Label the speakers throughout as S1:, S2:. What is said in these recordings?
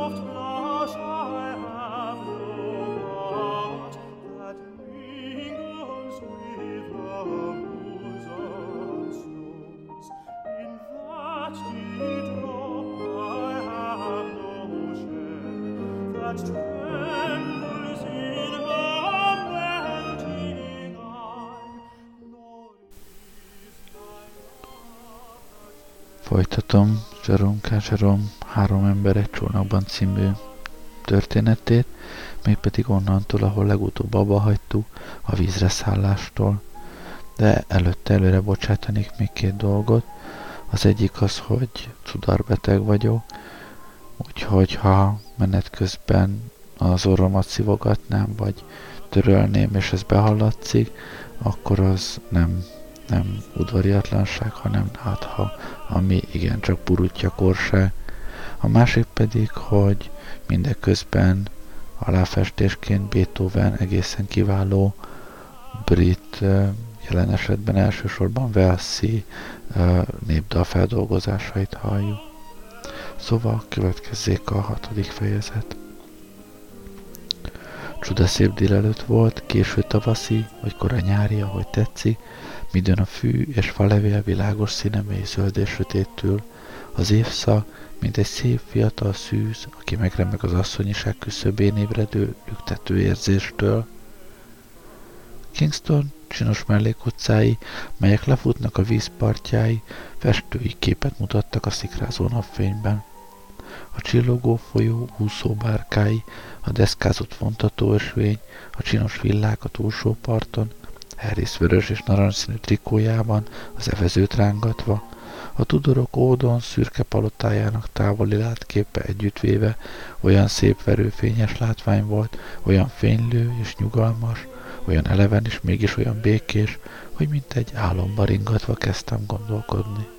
S1: Folytatom Jerome K. Jerome 3 ember egy csónakban című történetét, mégpedig onnantól, ahol legutóbb abba hagytuk, a vízre szállástól. De előtte előre bocsátanék még 2 dolgot. Az egyik az, hogy cudarbeteg vagyok, úgyhogy ha menet közben az orromat szivogatnám, vagy törölném, és ez behallatszik, akkor az nem udvariatlanság, hanem nátha, ami igencsak burutyakorság. A másik pedig, hogy mindeközben aláfestésként Beethoven egészen kiváló brit, jelen esetben elsősorban walesi népdal feldolgozásait halljuk. Szóval következzék a 6. fejezet. Csudaszép délelőtt volt, késő tavaszi, vagy kora nyári, ahogy tetszik, midőn a fű és falevél világos színe mély zöld és sötétül. Az évszak, mint egy szép fiatal szűz, aki megremeg az asszonyiság küszöbén ébredő, lüktető érzéstől. Kingston csinos mellékutcái, melyek lefutnak a vízpartjái, festői képet mutattak a szikrázó napfényben. A csillogó folyó úszó bárkái, a deszkázott vontatóösvény, a csinos villák a túlsó parton, Harris vörös és narancsszínű trikójában, az evezőt rángatva, a Tudorok ódon szürke palotájának távoli látképe együttvéve olyan szép verőfényes látvány volt, olyan fénylő és nyugalmas, olyan eleven és mégis olyan békés, hogy mint egy álomba ringatva kezdtem gondolkodni.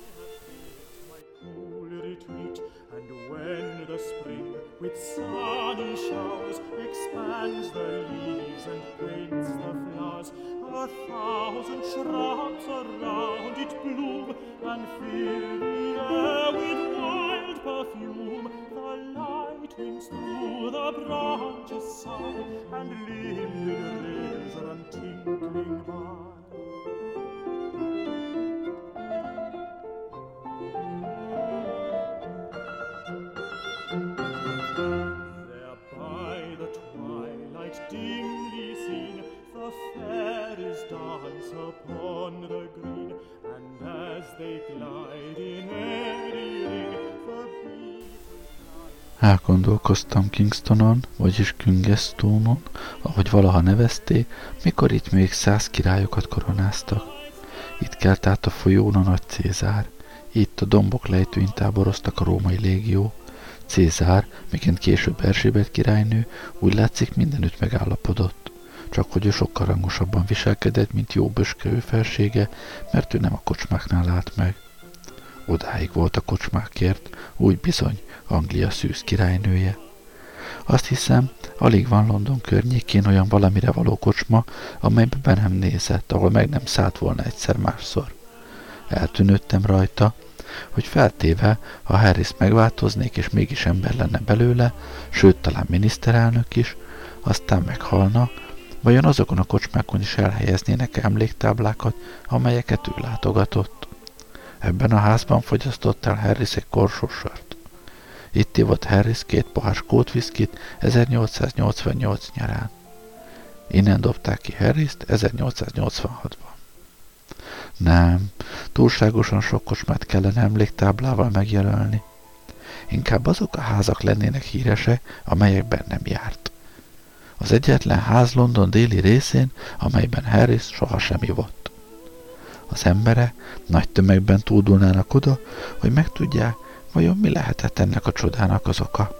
S1: Elgondolkoztam Kingstonon, vagyis Küngestonon, ahogy valaha nevezték, mikor itt még 100 királyokat koronáztak. Itt kelt át a folyón a nagy Cézár. Itt a dombok lejtőin táboroztak a római légió. Cézár, miként később Erzsébet királynő, úgy látszik mindenütt megállapodott. Csak hogy ő sokkal rangosabban viselkedett, mint jó böske ő felsége, mert ő nem a kocsmáknál állt meg. Odáig volt a kocsmákért, úgy bizony, Anglia szűz királynője. Azt hiszem, alig van London környékén olyan valamire való kocsma, amelybe be nem nézett, ahol meg nem szállt volna egyszer másszor. Eltűnődtem rajta, hogy feltéve, ha Harris megváltoznék és mégis ember lenne belőle, sőt talán miniszterelnök is, aztán meghalna, vajon azokon a kocsmákon is elhelyeznének emléktáblákat, amelyeket ő látogatott. Ebben a házban fogyasztott el Harris egy korsós sört. Itt ivott Harris 2 pohár skót viszkit 1888 nyarán. Innen dobták ki Harrist 1886-ban. Nem, túlságosan sok kocsmát kellene emléktáblával megjelölni. Inkább azok a házak lennének híresek, amelyekben nem járt. Az egyetlen ház London déli részén, amelyben Harris sohasem ivott. Az emberek nagy tömegben tódulnának oda, hogy megtudják, vajon mi lehetett ennek a csodának az oka.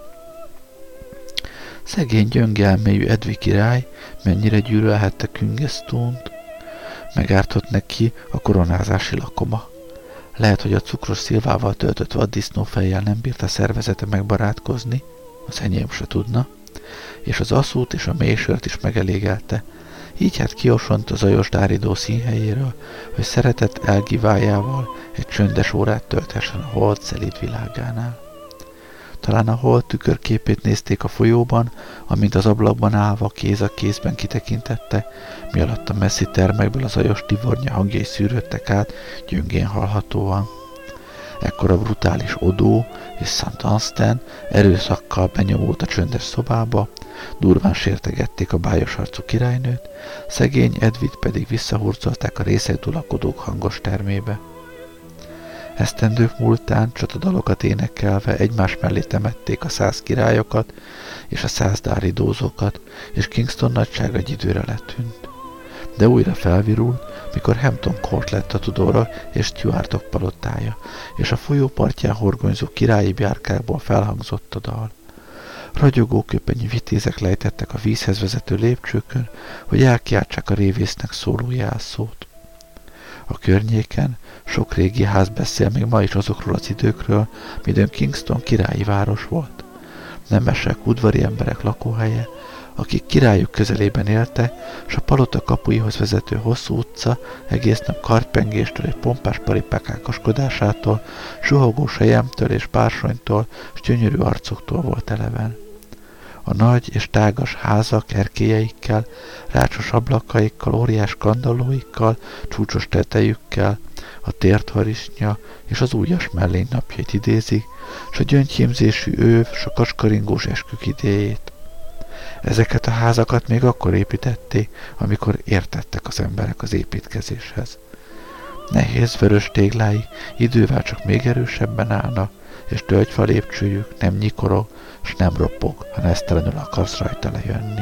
S1: Szegény gyöngelméjű Edvi király mennyire gyűlölhette Küngestont, megártott neki a koronázási lakoma. Lehet, hogy a cukros szilvával töltött vaddisznófejjel nem bírt a szervezete megbarátkozni, az enyém se tudna, és az asszút és a mélysört is megelégelte. Így hát kiosont az ajosdáridó színhelyéről, hogy szeretett elgivájával egy csöndes órát tölthessen a hold szelíd világánál. Talán a hold tükörképét nézték a folyóban, amint az ablakban állva kéz a kézben kitekintette, mi alatt a messzi termekből az ajos tivornya hangjai szűrődtek át, gyöngén hallhatóan. Ekkor a brutális Odó és Szent Ansten erőszakkal benyomult a csöndes szobába, durván sértegették a bájos arcú királynőt, szegény Edvit pedig visszahurcolták a részeg dulakodók hangos termébe. Esztendők múltán csatadalokat énekelve egymás mellé temették a 100 királyokat és a 100 dáridózókat, és Kingston nagysága egy időre letűnt. De újra felvirult, mikor Hampton Court lett a Tudorok és Stuartok palotája, és a folyó partján horgonyzó királyi bjárkákból felhangzott a dal. Ragyogó köpenyű vitézek lejtettek a vízhez vezető lépcsőkön, hogy elkiáltsák a révésznek szóló jelszót. A környéken sok régi ház beszél még ma is azokról az időkről, midőn Kingston királyi város volt. Nemesek, udvari emberek lakóhelye, akik királyuk közelében éltek, s a palota kapuihoz vezető hosszú utca egész nap kartpengéstől és pompás paripák ákoskodásától, suhogó selyemtől és bársonytól, s gyönyörű arcoktól volt eleven. A nagy és tágas házak erkélyeikkel, rácsos ablakaikkal, óriás kandallóikkal, csúcsos tetejükkel, a tértharisnya és az újas mellény napjait idézik, s a gyöngymzésű őv, s a kacskaringós eskük idejét. Ezeket a házakat még akkor építették, amikor értettek az emberek az építkezéshez. Nehéz vörös téglái idővel csak még erősebben állnak, és tölgyfa lépcsőjük nem nyikorog, s nem ropog, ha nesztelenül akarsz rajta lejönni.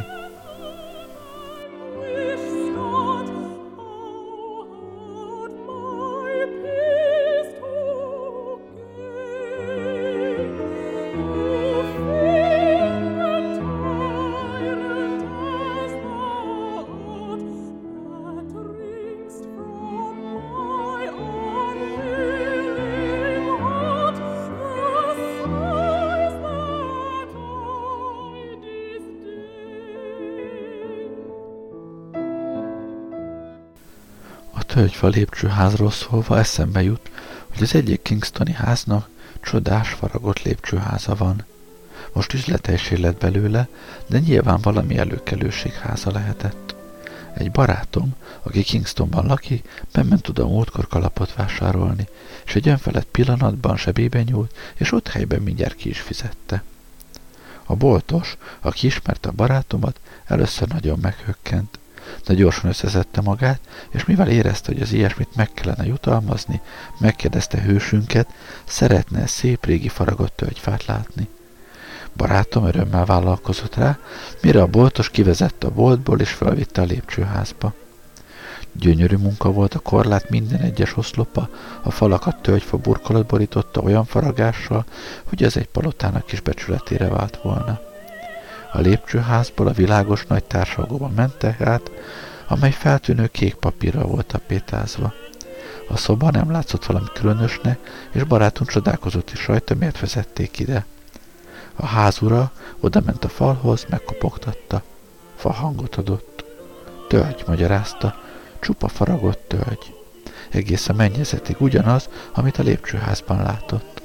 S1: Tölgyfa lépcsőházról szólva eszembe jut, hogy az egyik kingstoni háznak csodás faragott lépcsőháza van. Most üzlethelység lett belőle, de nyilván valami előkelőség háza lehetett. Egy barátom, aki Kingstonban lakik, bement oda múltkor kalapot vásárolni, és egy önfelett pillanatban zsebébe nyúlt, és ott helyben mindjárt ki is fizette. A boltos, aki ismerte a barátomat, először nagyon meghökkent, de gyorsan összeszedte magát, és mivel érezte, hogy az ilyesmit meg kellene jutalmazni, megkérdezte hősünket, szeretne szép régi faragott tölgyfát látni. Barátom örömmel vállalkozott rá, mire a boltos kivezette a boltból, és felvitte a lépcsőházba. Gyönyörű munka volt a korlát minden egyes oszlopa, a falakat tölgyfa burkolat borította olyan faragással, hogy ez egy palotának is becsületére vált volna. A lépcsőházból a világos nagy társalgóba mentek át, amely feltűnő kék papírral volt tapétázva. A szoba nem látszott valami különösnek, és barátunk csodálkozott is rajta, miért vezették ide. A házura odament a falhoz, megkopogtatta. Fa hangot adott. Tölgy, magyarázta, csupa faragott tölgy. Egész a mennyezetig ugyanaz, amit a lépcsőházban látott.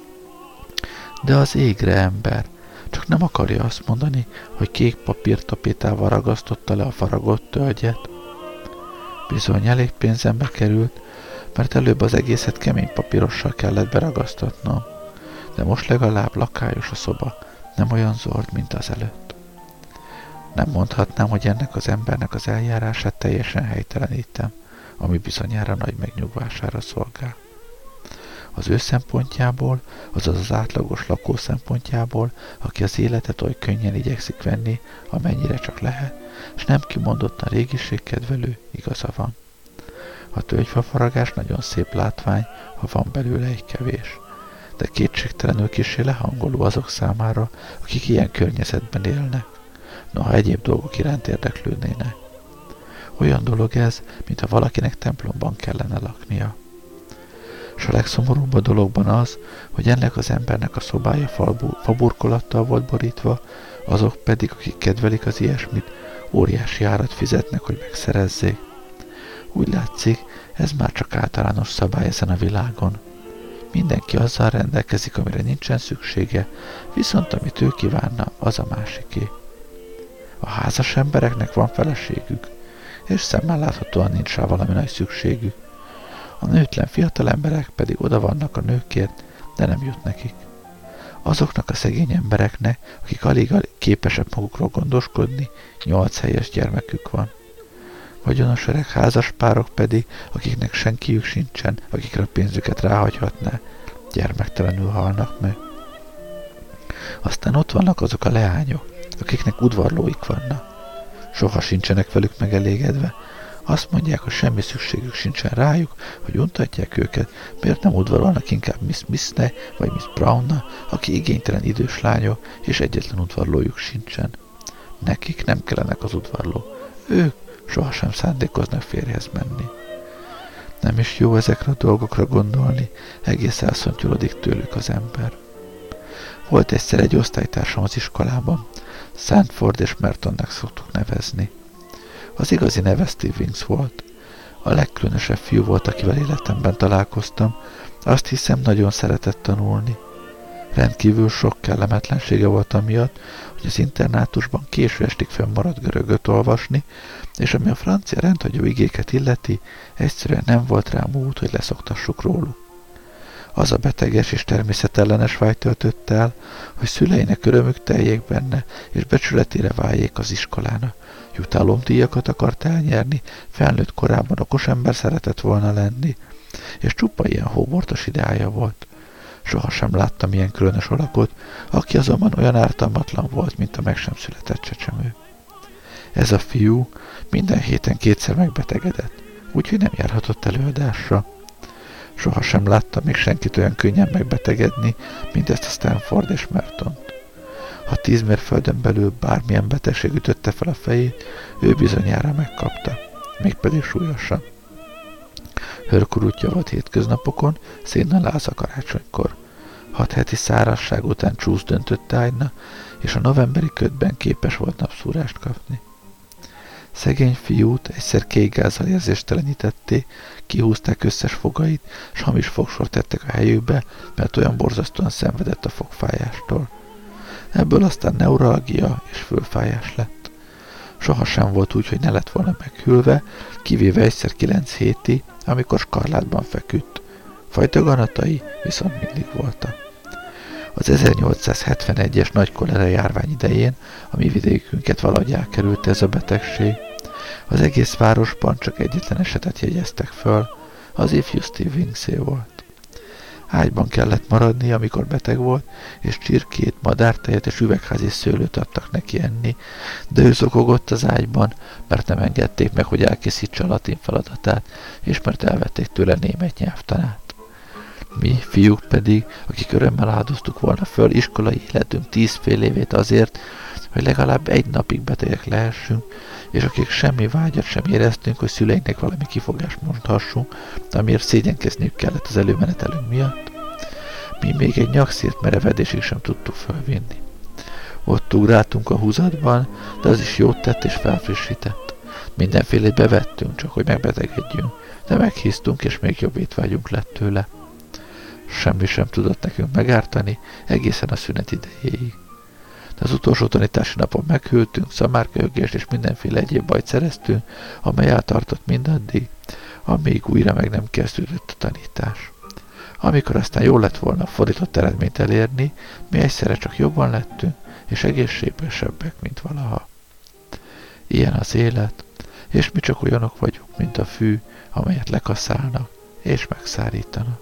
S1: De az égre ember, csak nem akarja azt mondani, hogy kék papírtapétával ragasztotta le a faragott tölgyet. Bizony elég pénzembe került, mert előbb az egészet kemény papírossal kellett beragasztatnom, de most legalább lakályos a szoba, nem olyan zord, mint az előtt. Nem mondhatnám, hogy ennek az embernek az eljárását teljesen helytelenítem, ami bizonyára nagy megnyugvására szolgál. Az ő szempontjából, azaz az átlagos lakó szempontjából, aki az életet oly könnyen igyekszik venni, amennyire csak lehet, és nem kimondottan régiségkedvelő, igaza van. A tölgyfafaragás nagyon szép látvány, ha van belőle egy kevés, de kétségtelenül kissé lehangoló azok számára, akik ilyen környezetben élnek, noha egyéb dolgok iránt érdeklődnének. Olyan dolog ez, mintha valakinek templomban kellene laknia. S a legszomorúbb a dologban az, hogy ennek az embernek a szobája faburkolattal volt borítva, azok pedig, akik kedvelik az ilyesmit, óriási árat fizetnek, hogy megszerezzék. Úgy látszik, ez már csak általános szabály ezen a világon. Mindenki azzal rendelkezik, amire nincsen szüksége, viszont amit ő kívánna, az a másiké. A házas embereknek van feleségük, és szemmel láthatóan nincs rá valami nagy szükségük. A nőtlen fiatal emberek pedig oda vannak a nőkért, de nem jut nekik. Azoknak a szegény embereknek, akik alig képesek magukról gondoskodni, 8 helyes gyermekük van. Vagyonos öreg házaspárok pedig, akiknek senkiük sincsen, akikre a pénzüket ráhagyhatná, gyermektelenül halnak meg. Aztán ott vannak azok a leányok, akiknek udvarlóik vannak. Soha sincsenek velük megelégedve. Azt mondják, hogy semmi szükségük sincsen rájuk, hogy untatják őket, miért nem udvarolnak inkább Miss Missnek vagy Miss Brownnak, aki igénytelen idős lányok, és egyetlen udvarlójuk sincsen. Nekik nem kellenek az udvarló. Ők sohasem szándékoznak férjhez menni. Nem is jó ezekre a dolgokra gondolni, egész elszontyolodik tőlük az ember. Volt egyszer egy osztálytársam az iskolában, Sandford és Mertonnak szoktuk nevezni. Az igazi neve Stevens volt. A legkülönösebb fiú volt, akivel életemben találkoztam, azt hiszem nagyon szeretett tanulni. Rendkívül sok kellemetlensége volt amiatt, hogy az internátusban késő estig fönnmaradt görögöt olvasni, és ami a francia rendhagyó igéket illeti, egyszerűen nem volt rá mód, hogy leszoktassuk róluk. Az a beteges és természetellenes vágy töltött el, hogy szüleinek örömük teljék benne, és becsületére váljék az iskolának. Jutalomdíjakat akart elnyerni, felnőtt korában okos ember szeretett volna lenni, és csupa ilyen hóbortos ideája volt. Sohasem láttam ilyen különös alakot, aki azonban olyan ártalmatlan volt, mint a meg sem született csecsemő. Ez a fiú minden héten 2-szer megbetegedett, úgyhogy nem járhatott előadásra. Sohasem láttam még senkit olyan könnyen megbetegedni, mint ezt a Stanford és Mertont. Ha 10 mérföldön belül bármilyen betegség ütötte fel a fejét, ő bizonyára megkapta, mégpedig súlyosan. Hörkurutja volt hétköznapokon, szénnel láz a karácsonykor. 6 heti szárazság után csúsz döntött ágyna, és a novemberi ködben képes volt napszúrást kapni. Szegény fiút egyszer kékgázzal érzéstelenítették, kihúzták összes fogait, s hamis fogsort tettek a helyükbe, mert olyan borzasztóan szenvedett a fogfájástól. Ebből aztán neuralgia és fülfájás lett. Sohasem volt úgy, hogy ne lett volna meghűlve, kivéve egyszer 9 héti, amikor skarlátban feküdt. Fajtaganatai viszont mindig voltak. Az 1871-es nagy kolera járvány idején a mi vidékünket valahogy elkerült ez a betegség. Az egész városban csak egyetlen esetet jegyeztek föl, az ifjú Stevensé volt. Ágyban kellett maradni, amikor beteg volt, és csirkét, madártejet és üvegházi szőlőt adtak neki enni, de ő zokogott az ágyban, mert nem engedték meg, hogy elkészítse a latin feladatát, és mert elvették tőle német nyelvtanát. Mi, fiúk pedig, akik örömmel áldoztuk volna föl iskolai életünk 10 fél évét azért, hogy legalább egy napig betegek lehessünk, és akik semmi vágyat sem éreztünk, hogy szüleinknek valami kifogást mondhassunk, amiért szégyenkezniük kellett az előmenetelünk miatt, mi még egy nyakszírt merevedésig sem tudtuk fölvinni. Ott ugráltunk a húzatban, de az is jót tett és felfrissített. Mindenfélét bevettünk, csak hogy megbetegedjünk, de meghíztunk, és még jobb étvágyunk lett tőle. Semmi sem tudott nekünk megártani, egészen a szünet idejéig. De az utolsó tanítási napon meghűltünk, szamárköhögést és mindenféle egyéb bajt szereztünk, amely eltartott mindaddig, amíg újra meg nem kezdődött a tanítás. Amikor aztán jól lett volna fordított eredményt elérni, mi egyszerre csak jobban lettünk, és egészségesebbek, mint valaha. Ilyen az élet, és mi csak olyanok vagyunk, mint a fű, amelyet lekaszálnak és megszárítanak.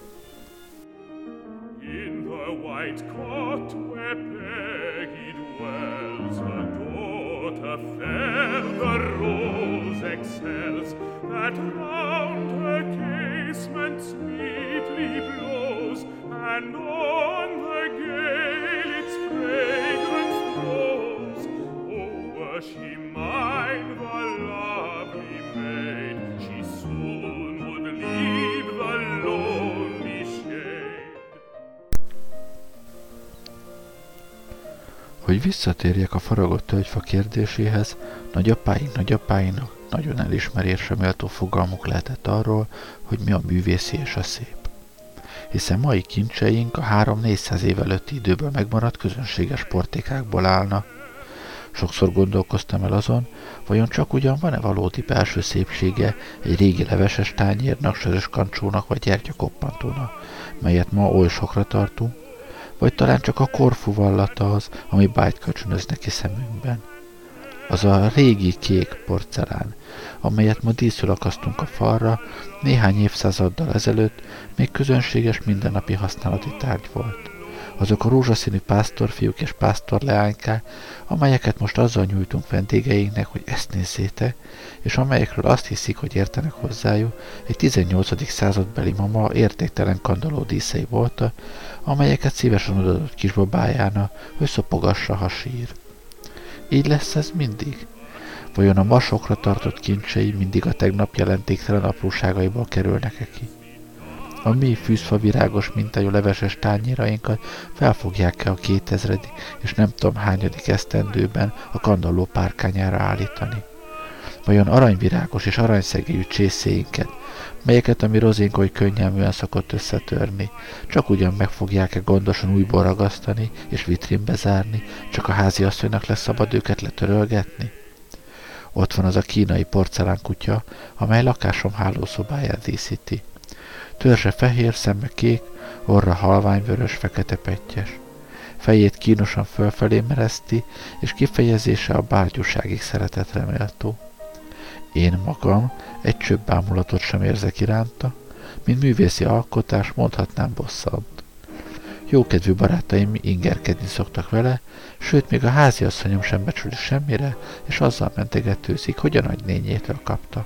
S2: That round her casement sweetly blows, and on the gale its fragrance throws. Oh, were she mine, the lovely maid, she soon would leave the lonely shade.
S1: Hogy visszatérjek a faragott tölgyfa kérdéséhez, nagyapáinak nagyon elismerésre méltó fogalmuk lehetett arról, hogy mi a művészi és a szép. hiszen mai kincseink a 300-400 év előtti időből megmaradt közönséges portékákból állnak. Sokszor gondolkoztam el azon, vajon csak ugyan van-e valódi belső szépsége egy régi leveses tányérnak, sörös kancsónak vagy gyertyakoppantónak, melyet ma oly sokra tartunk, vagy talán csak a Korfu vallata az, ami bájt kölcsönöz neki szemünkben. Az a régi kék porcelán, amelyet ma díszül akasztunk a falra, néhány évszázaddal ezelőtt még közönséges mindennapi használati tárgy volt. Azok a rózsaszínű pásztorfiúk és pásztorleánykák, amelyeket most azzal nyújtunk vendégeinknek, hogy ezt nézzétek, és amelyekről azt hiszik, hogy értenek hozzájuk, egy 18. századbeli mama értéktelen kandalló díszei voltak, amelyeket szívesen odadott kisbabájának, hogy szopogassa, ha sír. Így lesz ez mindig? Vajon a ma sokra tartott kincsei mindig a tegnap jelentéktelen apróságaiból kerülnek-e ki? A mi fűzfavirágos mintájú leveses tányérainkat felfogják-e a 2000. és nem tudom hányadik esztendőben a kandalló párkányára állítani? Vajon aranyvirágos és aranyszegélyű csészéinket, melyeket a mi rozénk oly könnyelműen szokott összetörni, csak ugyan meg fogják-e gondosan újból ragasztani és vitrínbe zárni, csak a háziasszonynak lesz szabad őket letörölgetni? Ott van az a kínai porcelánkutya, amely lakásom hálószobáját díszíti. Törzse fehér, szeme kék, orra halványvörös, fekete pettyes. Fejét kínosan fölfelé mereszti, és kifejezése a bárgyúságig szeretetre méltó. Én magam egy csöbb bámulatot sem érzek iránta, mint művészi alkotás, mondhatnám bosszant. Jókedvű barátaim ingerkedni szoktak vele, sőt még a háziasszonyom sem becsüli semmire, és azzal mentegetőzik, hogy a nagynényétől kapta.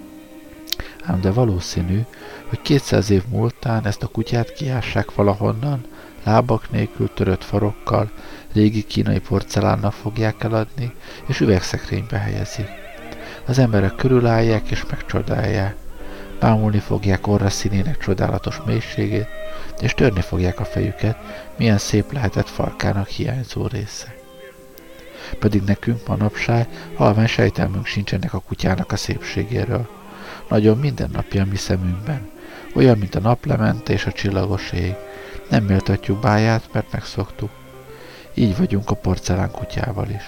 S1: Ám de valószínű, hogy 200 év múltán ezt a kutyát kiássák valahonnan, lábak nélkül, törött farokkal, régi kínai porcelánnal fogják eladni, és üvegszekrénybe helyezik. Az emberek körülállják és megcsodálják. Bámulni fogják orra színének csodálatos mélységét, és törni fogják a fejüket, milyen szép lehetett farkának hiányzó része. Pedig nekünk manapság halvány sejtelmünk sincs ennek a kutyának a szépségéről. Nagyon mindennapi a mi szemünkben, olyan, mint a naplemente és a csillagos ég. Nem méltatjuk báját, mert megszoktuk. Így vagyunk a porcelánkutyával is.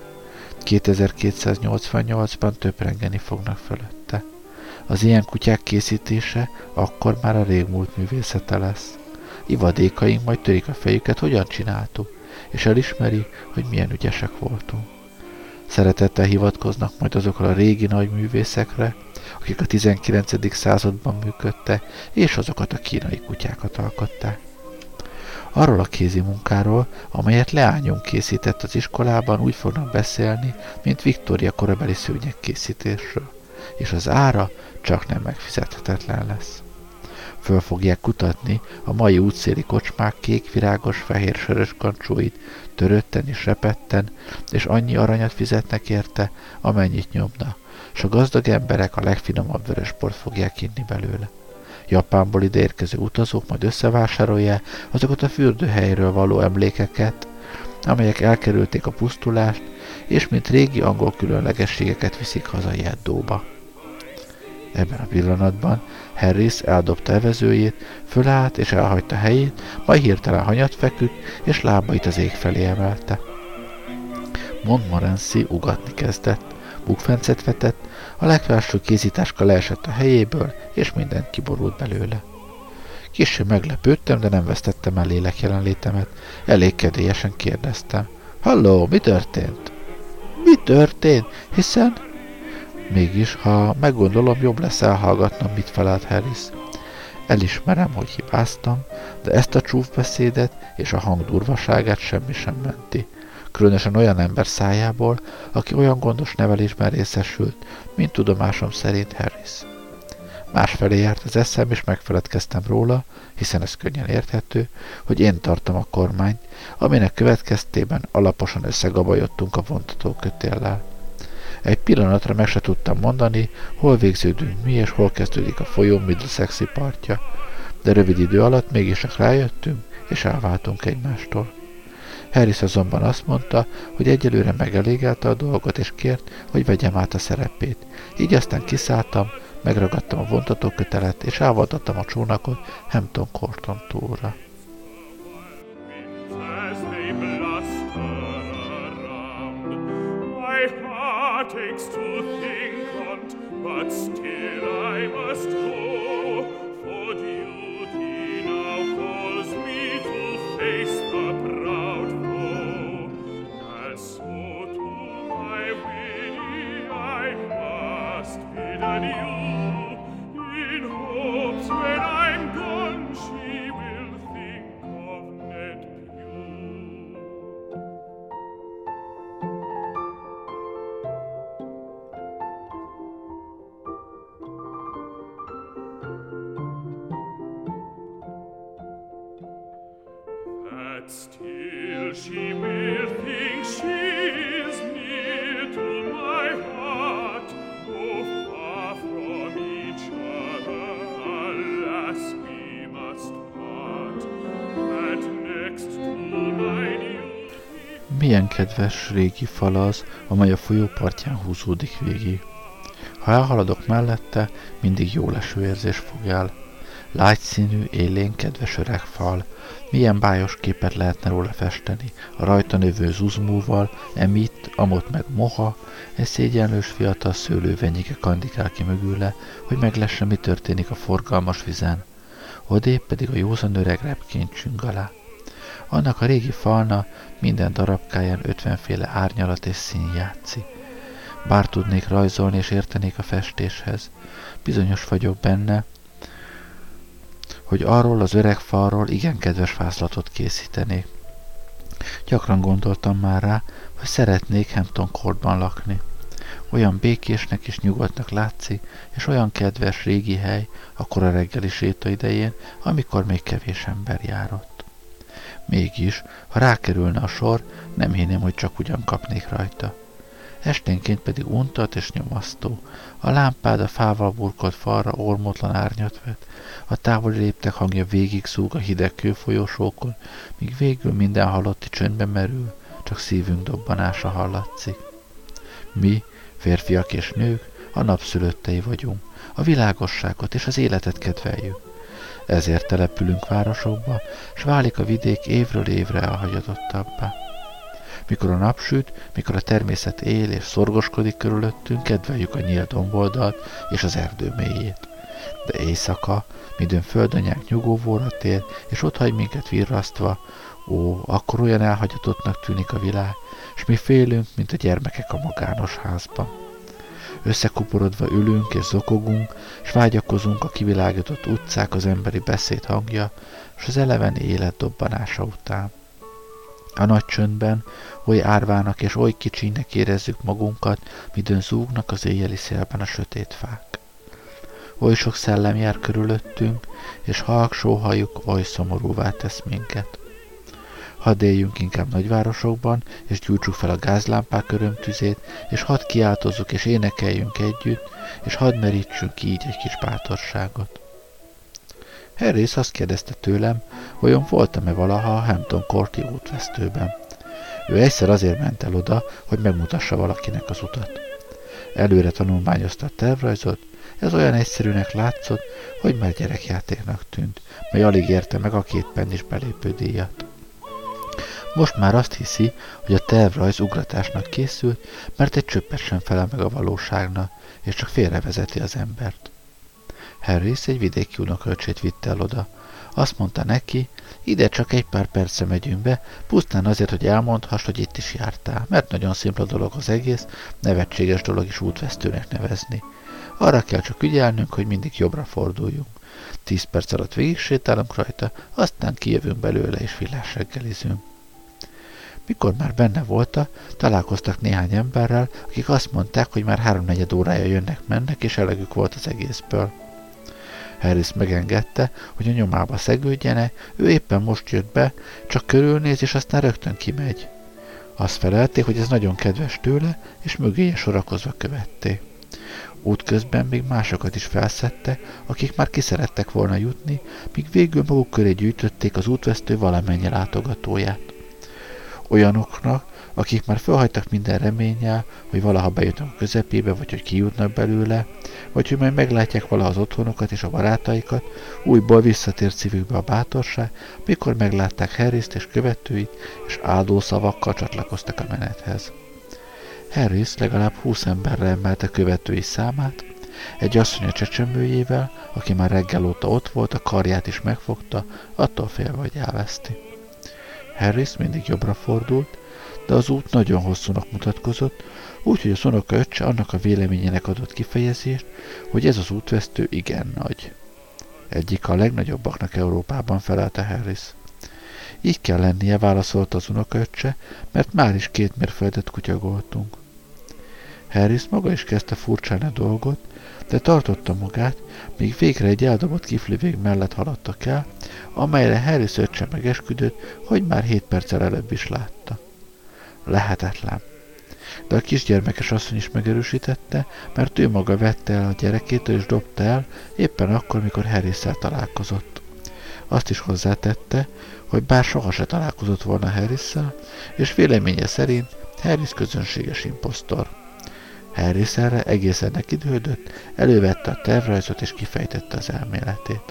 S1: 2288-ban töprengeni fognak fölötte. Az ilyen kutyák készítése akkor már a régmúlt művészete lesz. Ivadékaink majd törik a fejüket, hogyan csináltuk, és elismeri, hogy milyen ügyesek voltunk. Szeretettel hivatkoznak majd azokra a régi nagy művészekre, akik a 19. században működtek, és azokat a kínai kutyákat alkották. Arról a kézi munkáról, amelyet leányunk készített az iskolában, úgy fognak beszélni, mint Viktória korabeli szőnyegkészítésről, és az ára csak nem megfizethetetlen lesz. Föl fogják kutatni a mai útszéli kocsmák kékvirágos fehér sörös kancsóit, törötten és repetten, és annyi aranyat fizetnek érte, amennyit nyomnak, s a gazdag emberek a legfinomabb vörösbort fogják inni belőle. Japánból ide érkező utazók majd összevásárolják azokat a fürdőhelyről való emlékeket, amelyek elkerülték a pusztulást, és mint régi angol különlegességeket viszik haza Jeddóba. Ebben a pillanatban Harris eldobta evezőjét, fölállt és elhagyta helyét, majd hirtelen hanyat feküdt, és lábait az ég felé emelte. Montmorency ugatni kezdett, bukfencet vetett, a legfelső kézitáska leesett a helyéből, és mindent kiborult belőle. Kissé meglepődtem, de nem vesztettem el lélek jelenlétemet. Elég kedélyesen kérdeztem. Halló, mi történt? Mi történt? Hiszen... Mégis, ha meggondolom, jobb lesz elhallgatnom, mit felelt Harris. Elismerem, hogy hibáztam, de ezt a csúfbeszédet és a hang durvaságát semmi sem menti. Különösen olyan ember szájából, aki olyan gondos nevelésben részesült, mint tudomásom szerint Harris. Másfelé járt az eszem, és megfeledkeztem róla, hiszen ez könnyen érthető, hogy én tartom a kormányt, aminek következtében alaposan összegabajodtunk a vontatókötéllel. Egy pillanatra meg se tudtam mondani, hol végződünk mi, és hol kezdődik a folyó Middlesexi partja, de rövid idő alatt mégis csak rájöttünk, és elváltunk egymástól. Harris azonban azt mondta, hogy egyelőre megelégelte a dolgot, és kért, hogy vegyem át a szerepét. Így aztán kiszálltam, megragadtam a vontatókötelet, és elvadottam a csónakot Hampton Courton túlra.
S2: As they bluster around, my heart aches to think on't, but still I must go, for duty now calls me to face the proud foe. And so to my Winnie I must bid adieu, in hopes when I'm gone she will think of Ned Pugh. That still she will think she's near to my heart, though far from each other, alas, we must part. And next to my duty.
S1: Milyen kedves régi fal az, amely a folyó partján húzódik végig. Ha elhaladok mellette, mindig jó leső érzés fog el. Lágyszínű, élén, kedves öreg fal. Milyen bájos képet lehetne róla festeni, a rajta növő zuzmúval, emitt, amott meg moha, egy szégyenlős fiatal szőlővenyike kandikál ki mögüle, hogy meglesse, mi történik a forgalmas vizen. Odébb pedig a józan öreg repként csüng alá. Annak a régi falna minden darabkáján 50 féle árnyalat és szín játszik. Bár tudnék rajzolni és értenék a festéshez, bizonyos vagyok benne, hogy arról az öreg falról igen kedves vázlatot készítenék. Gyakran gondoltam már rá, hogy szeretnék Hampton Courtban lakni. Olyan békésnek és nyugodtnak látszik, és olyan kedves régi hely akkor a reggeli séta idején, amikor még kevés ember járott. Mégis, ha rákerülne a sor, nem hinném, hogy csak ugyan kapnék rajta. Esténként pedig untat és nyomasztó. A lámpád a fával burkolt falra ormótlan árnyat vet, a távoli léptek hangja végig szúg a hideg kőfolyósókon, míg végül minden halotti csöndbe merül, csak szívünk dobbanása hallatszik. Mi, férfiak és nők, a napszülöttei vagyunk, a világosságot és az életet kedveljük. Ezért települünk városokba, s válik a vidék évről évre elhagyadottabbá. Mikor a nap süt, mikor a természet él és szorgoskodik körülöttünk, kedveljük a nyílt domboldalt és az erdő mélyét. De éjszaka, midőn földanyánk nyugovóra tér, és otthagy minket virrasztva, ó, akkor olyan elhagyatottnak tűnik a világ, s mi félünk, mint a gyermekek a magános házban. Összekuporodva ülünk és zokogunk, s vágyakozunk a kivilágított utcák az emberi beszéd hangja, s az eleven élet dobbanása után. A nagy csöndben oly árvának és oly kicsinek érezzük magunkat, midőn zúgnak az éjjeli szélben a sötét fák. Oly sok szellem jár körülöttünk, és halk sóhajuk oly szomorúvá tesz minket. Hadd éljünk inkább nagyvárosokban, és gyújtsuk fel a gázlámpák örömtüzét, és hadd kiáltozzuk és énekeljünk együtt, és hadd merítsünk így egy kis bátorságot. Harris azt kérdezte tőlem, vajon voltam-e valaha a Hampton Courti útvesztőben. Ő egyszer azért ment el oda, hogy megmutassa valakinek az utat. Előre tanulmányozta a tervrajzot, ez olyan egyszerűnek látszott, hogy már gyerekjátéknak tűnt, mely alig érte meg a 2 pennis belépődíjat. Most már azt hiszi, hogy a tervrajz ugratásnak készült, mert egy csöppet sem felel meg a valóságnak, és csak félrevezeti az embert. Harris egy vidéki unokaöcsét vitte el oda. Azt mondta neki, ide csak egy pár percre megyünk be, pusztán azért, hogy elmondhass, hogy itt is jártál, mert nagyon szimpla dolog az egész, nevetséges dolog is útvesztőnek nevezni. Arra kell csak ügyelnünk, hogy mindig jobbra forduljunk. 10 perc alatt végig sétálunk rajta, aztán kijövünk belőle és villás reggelizünk. Mikor már benne voltak, találkoztak néhány emberrel, akik azt mondták, hogy már 3/4 órája jönnek-mennek, és elegük volt az egészből. Harris megengedte, hogy a nyomába szegődjenek, ő éppen most jött be, csak körülnéz, és aztán rögtön kimegy. Azt felelték, hogy ez nagyon kedves tőle, és mögéje sorakozva követték. Útközben még másokat is felszedtek, akik már ki szerettek volna jutni, míg végül maguk köré gyűjtötték az útvesztő valamennyi látogatóját. Olyanoknak, akik már felhagytak minden reménnyel, hogy valaha bejutnak a közepébe, vagy hogy kijutnak belőle, vagy hogy majd meglátják valaha az otthonukat és a barátaikat, újból visszatért szívükbe a bátorság, mikor meglátták Harrist és követőit, és áldó szavakkal csatlakoztak a menethez. Harris legalább 20 emberre emelte követői számát, egy asszony a csecsemőjével, aki már reggel óta ott volt, a karját is megfogta, attól félve, hogy elveszti. Harris mindig jobbra fordult, de az út nagyon hosszúnak mutatkozott, úgyhogy az unoka öccse annak a véleményének adott kifejezést, hogy ez az útvesztő igen nagy. Egyik a legnagyobbaknak Európában, felelte Harris. Így kell lennie, válaszolta az unoka öccse, mert már is 2 mérföldet kutyagoltunk. Harris maga is kezdte furcsálni a dolgot, de tartotta magát, míg végre egy eldobott kiflivég mellett haladtak el, amelyre Harris öccse megesküdött, hogy már 7 perccel előbb is látta. Lehetetlen. De a kisgyermekes asszony is megerősítette, mert ő maga vette el a gyerekétől és dobta el, éppen akkor, mikor Harrisszel találkozott. Azt is hozzátette, hogy bár soha se találkozott volna Harrisszel, és véleménye szerint Harris közönséges imposztor. Harris erre egészen nekidőlött, elővette a tervrajzot és kifejtette az elméletét.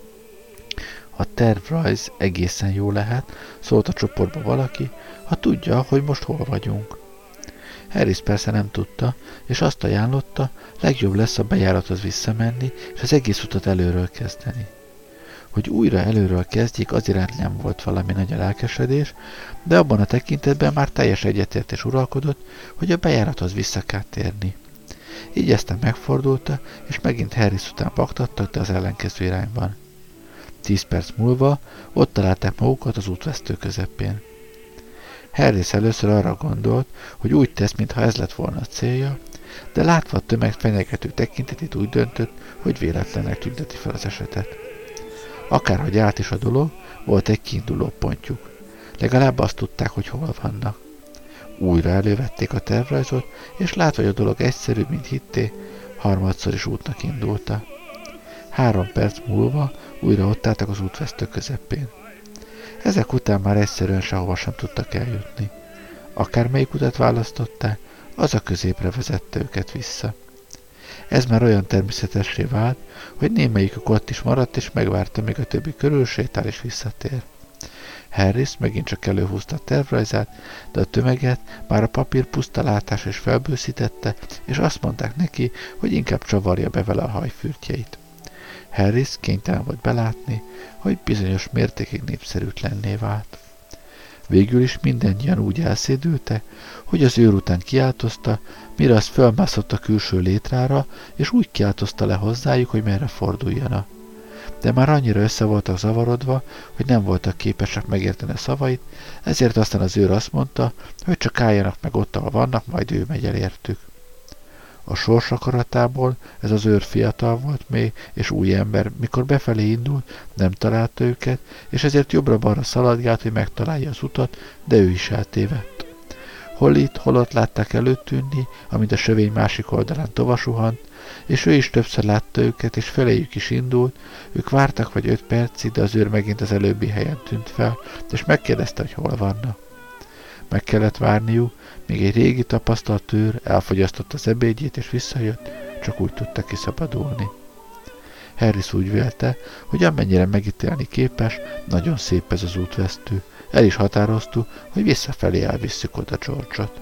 S1: A tervrajz egészen jó lehet, szólt a csoportba valaki, ha tudja, hogy most hol vagyunk. Harris persze nem tudta, és azt ajánlotta, legjobb lesz a bejárathoz visszamenni, és az egész utat előről kezdeni. Hogy újra előről kezdjék, az iránt nem volt valami nagy a lelkesedés, de abban a tekintetben már teljes egyetértés uralkodott, hogy a bejárathoz vissza kell térni. Így aztán megfordulta, és megint Harris után baktattak, de az ellenkező irányban. 10 perc múlva ott találták magukat az útvesztő közepén. Harris először arra gondolt, hogy úgy tesz, mintha ez lett volna a célja, de látva a tömeg fenyegető tekintetét úgy döntött, hogy véletlennek tünteti fel az esetet. Akárhogy állt is a dolog, volt egy kiinduló pontjuk. Legalább azt tudták, hogy hol vannak. Újra elővették a tervrajzot, és látva, hogy a dolog egyszerűbb, mint hitték, harmadszor is útnak indulta. 3 perc múlva újra ott álltak az útvesztő közepén. Ezek után már egyszerűen sehova sem tudtak eljutni. Akármelyik utat választották, az a középre vezette őket vissza. Ez már olyan természetessé vált, hogy némelyikük ott is maradt, és megvárta, míg a többi körülsétál és visszatér. Harris megint csak előhúzta a tervrajzát, de a tömeget már a papír puszta látás is felbőszítette, és azt mondták neki, hogy inkább csavarja be vele a hajfürtjeit. Harris kénytelen volt belátni, hogy bizonyos mértékig népszerűtlenné vált. Végül is mindannyian úgy elszédültek, hogy az őr után kiáltozta, mire az fölmászott a külső létrára, és úgy kiáltozta le hozzájuk, hogy merre forduljanak. De már annyira össze voltak zavarodva, hogy nem voltak képesek megérteni a szavait, ezért aztán az őr azt mondta, hogy csak álljanak meg ott, ahol vannak, majd ő megy el értük. A sors akaratából ez az őr fiatal volt még, és új ember, mikor befelé indult, nem találta őket, és ezért jobbra-balra szaladgált, hogy megtalálja az utat, de ő is eltévedt. Hol itt, hol ott látták előttűnni, amint a sövény másik oldalán tovasuhant, és ő is többször látta őket, és feléjük is indult, ők vártak vagy 5 percig, de az őr megint az előbbi helyen tűnt fel, és megkérdezte, hogy hol vannak. Meg kellett várniuk, míg egy régi tapasztalt őr elfogyasztotta az ebédjét és visszajött, csak úgy tudta kiszabadulni. Harris úgy vélte, hogy amennyire megítélni képes, nagyon szép ez az útvesztő. El is határoztuk, hogy visszafelé elvisszük oda George-ot.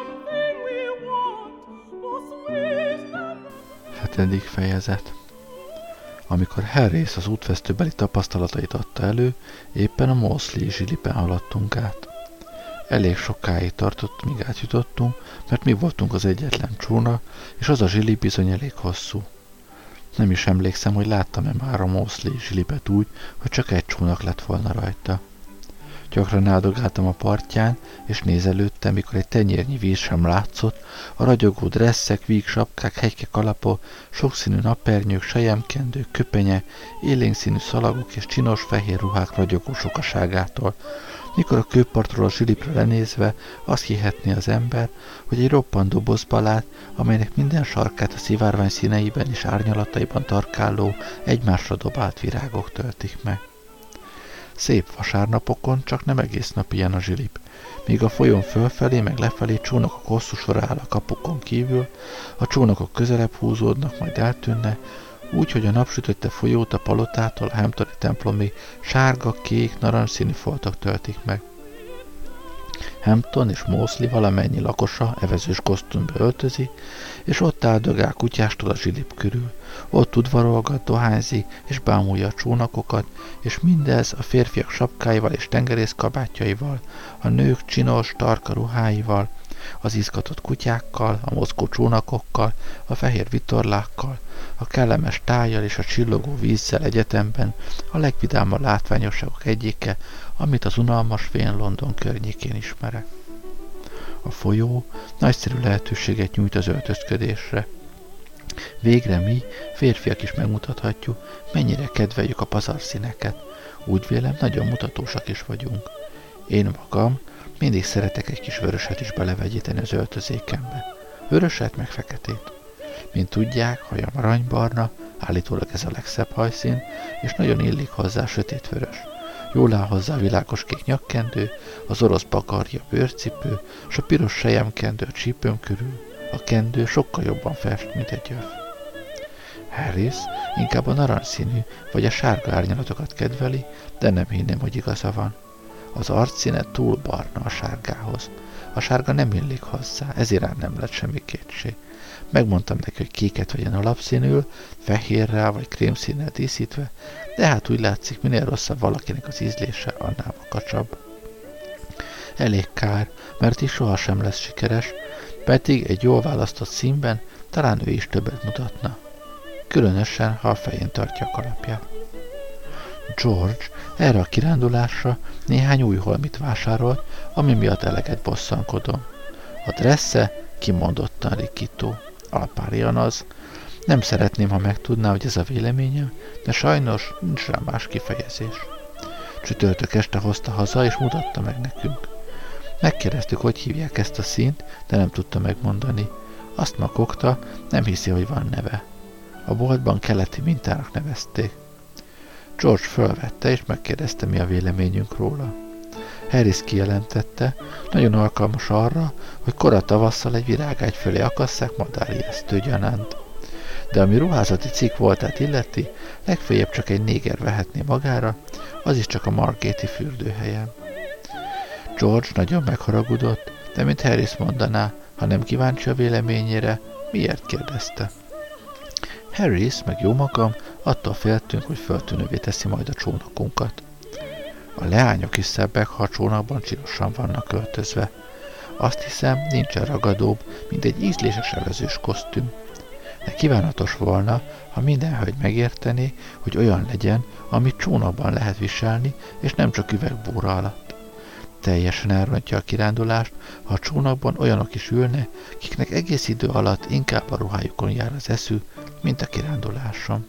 S1: Fejezet. Amikor Harris az útvesztőbeli tapasztalatait adta elő, éppen a Moseley zsilipen haladtunk át. Elég sokáig tartott, míg átjutottunk, mert mi voltunk az egyetlen csóna, és az a zsili bizony elég hosszú. Nem is emlékszem, hogy láttam-e már a Moseley zsilipet úgy, hogy csak egy csónak lett volna rajta. Gyakran áldogáltam a partján, és nézelődtem, mikor egy tenyérnyi víz sem látszott, a ragyogó dresszek, víg sapkák, hegyke kalapok, sokszínű napernyők, selyemkendők, köpenye, élénkszínű szalagok és csinos fehér ruhák ragyogó sokaságától. Mikor a kőpartról a zsilipre lenézve azt hihetné az ember, hogy egy roppant dobozba lát, amelynek minden sarkát a szivárvány színeiben és árnyalataiban tarkáló, egymásra dobált virágok töltik meg. Szép vasárnapokon csak nem egész nap ilyen a zsilip. Míg a folyón fölfelé meg lefelé csónakok hosszú sora áll a kapukon kívül, a csónakok közelebb húzódnak, majd eltűnnek, úgy, hogy a napsütötte folyót a palotától a Hamptoni templomig sárga, kék, narancsszínű foltok töltik meg. Hampton és Moseley valamennyi lakosa evezős kosztümbe öltözik, és ott áldogál kutyástól a zsilip körül. Ott udvarolgat, dohányzik, és bámulja a csónakokat, és mindez a férfiak sapkáival és tengerészkabátjaival, a nők csinos, tarka ruháival, az izgatott kutyákkal, a mozgó csónakokkal, a fehér vitorlákkal, a kellemes tájjal és a csillogó vízzel egyetemben a legvidámabb látványosságok egyike, amit az unalmas vén London környékén ismerek. A folyó nagyszerű lehetőséget nyújt az öltözködésre. Végre mi, férfiak is megmutathatjuk, mennyire kedveljük a pazarszíneket. Úgy vélem, nagyon mutatósak is vagyunk. Én magam mindig szeretek egy kis vöröset is belevegyíteni az öltözékembe. Vöröset meg feketét. Mint tudják, hajam aranybarna, állítólag ez a legszebb hajszín, és nagyon illik hozzá sötétvörös. Jól áll hozzá a világos kék nyakkendő, az orosz bakarja bőrcipő, s a piros selyemkendő a csípőm körül. A kendő sokkal jobban fest, mint egy öv. Harris inkább a narancsszínű vagy a sárga árnyalatokat kedveli, de nem hinném, hogy igaza van. Az arcszíne túl barna a sárgához. A sárga nem illik hozzá, ez iránt nem lett semmi kétség. Megmondtam neki, hogy kéket vegyen alapszínül, fehérrel vagy krémszínnel díszítve, de hát úgy látszik, minél rosszabb valakinek az ízlése, annál makacsabb. Elég kár, mert is sohasem lesz sikeres, pedig egy jól választott színben talán ő is többet mutatna. Különösen, ha a fején tartja a kalapját. George erre a kirándulásra néhány új holmit vásárolt, ami miatt eleget bosszankodom. A dressze kimondottan rikító. Alpárian az. Nem szeretném, ha megtudná, hogy ez a véleményem, de sajnos nincs rá más kifejezés. Csütörtök este hozta haza, és mutatta meg nekünk. Megkérdeztük, hogy hívják ezt a színt, de nem tudta megmondani. Azt makogta, nem hiszi, hogy van neve. A boltban keleti mintának nevezték. George fölvette, és megkérdezte, mi a véleményünk róla. Harris kijelentette, nagyon alkalmas arra, hogy kora tavasszal egy virágágy fölé akasszák madárijesztő gyanánt. De ami ruházati cikk voltát illeti, legfeljebb csak egy néger vehetné magára, az is csak a Margate-i fürdőhelyen. George nagyon megharagudott, de mint Harris mondaná, ha nem kíváncsi a véleményére, miért kérdezte. Harris, meg jó magam, attól féltünk, hogy föltűnővé teszi majd a csónakunkat. A leányok is szebbek, ha a csónakban csinosan vannak öltözve. Azt hiszem, nincsen ragadóbb, mint egy ízléses evezős kosztüm. De kívánatos volna, ha minden hölgy megértené, hogy olyan legyen, amit csónakban lehet viselni, és nem csak üvegbóra alatt. Teljesen elrontja a kirándulást, ha a csónakban olyanok is ülne, kiknek egész idő alatt inkább a ruhájukon jár az eszű, mint a kiránduláson.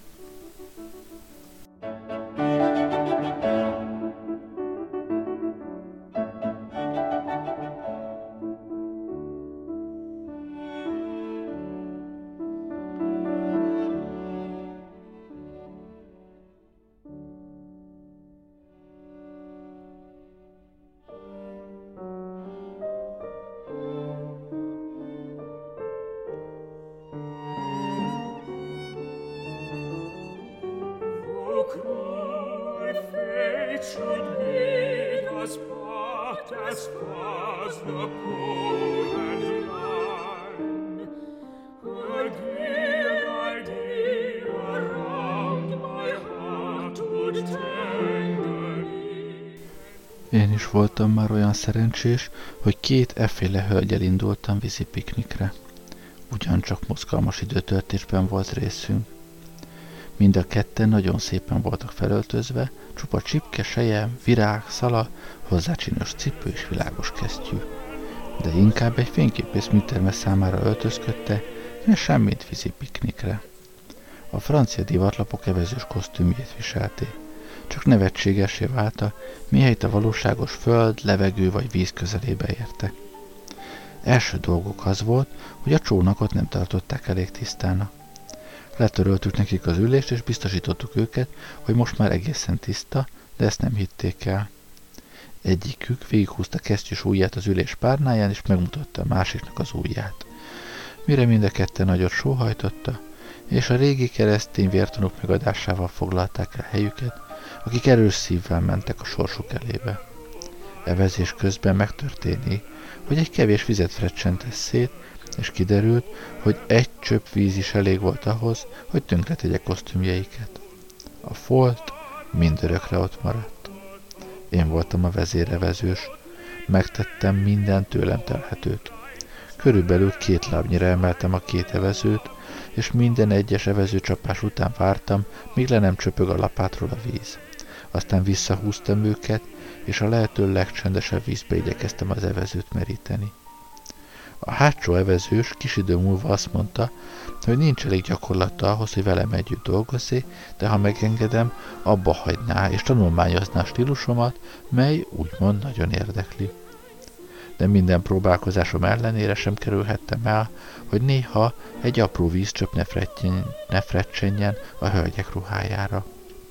S1: Én is voltam már olyan szerencsés, hogy 2 efféle hölgyel indultam vízi piknikre. Ugyancsak mozgalmas időtöltésben volt részünk. Mind a ketten nagyon szépen voltak felöltözve, csupa csipke, sejem, virág, szala, hozzá csinos cipő és világos kesztyű. De inkább egy fényképész műterme számára öltözködte, és semmit vízi piknikre. A francia divatlapok evezős kosztümjét viselték. Csak nevetségesé válta, mihelyt a valóságos föld, levegő vagy víz közelébe értek. Első dolguk az volt, hogy a csónakot nem tartották elég tisztának. Letöröltük nekik az ülést, és biztosítottuk őket, hogy most már egészen tiszta, de ezt nem hitték el. Egyikük végighúzta kesztyűs ujját az ülés párnáján, és megmutatta a másiknak az ujját. Mire mind a ketten nagyot sóhajtotta, és a régi keresztény vértanúk megadásával foglalták el helyüket, akik erős szívvel mentek a sorsuk elébe. Evezés közben megtörténik, hogy egy kevés vizet frecsentett szét, és kiderült, hogy egy csöpp víz is elég volt ahhoz, hogy tönkretegye kosztümjeiket. A folt mindörökre ott maradt. Én voltam a vezérevezős, megtettem minden tőlem telhetőt. Körülbelül 2 lábnyira emeltem a 2 evezőt, és minden egyes evezőcsapás után vártam, míg le nem csöpög a lapátról a víz. Aztán visszahúztam őket, és a lehető legcsendesebb vízbe igyekeztem az evezőt meríteni. A hátsó evezős kis idő múlva azt mondta, hogy nincs elég gyakorlata ahhoz, hogy velem együtt dolgozzék, de ha megengedem, abba hagyná és tanulmányozná a stílusomat, mely úgymond nagyon érdekli. De minden próbálkozásom ellenére sem kerülhettem el, hogy néha egy apró vízcsöpp ne frecsenjen a hölgyek ruhájára.